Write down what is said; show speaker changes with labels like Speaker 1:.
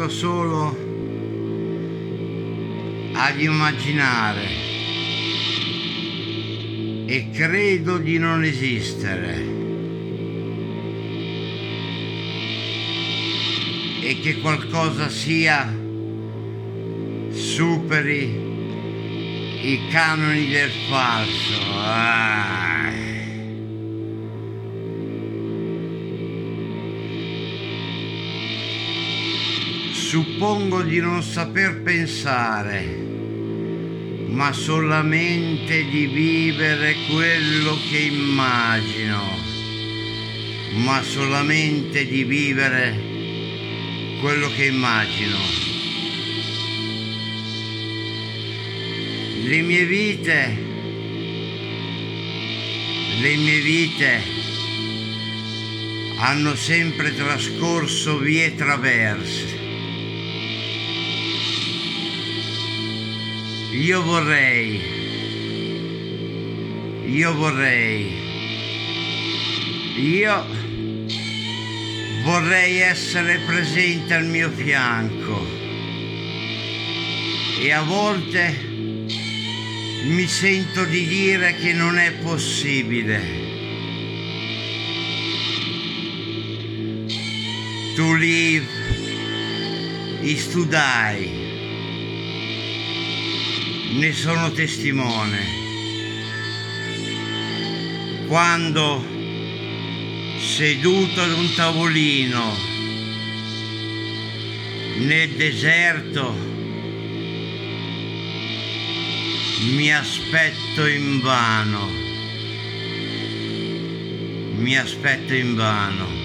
Speaker 1: solo ad immaginare e credo di non esistere e che qualcosa superi i canoni del falso. Suppongo di non saper pensare, ma solamente di vivere quello che immagino, ma solamente di vivere quello che immagino. Le mie vite hanno sempre trascorso vie traverse. Io vorrei essere presente al mio fianco e a volte mi sento di dire che non è possibile. To live is to die. Ne sono testimone. Quando, seduto ad un tavolino nel deserto, mi aspetto invano.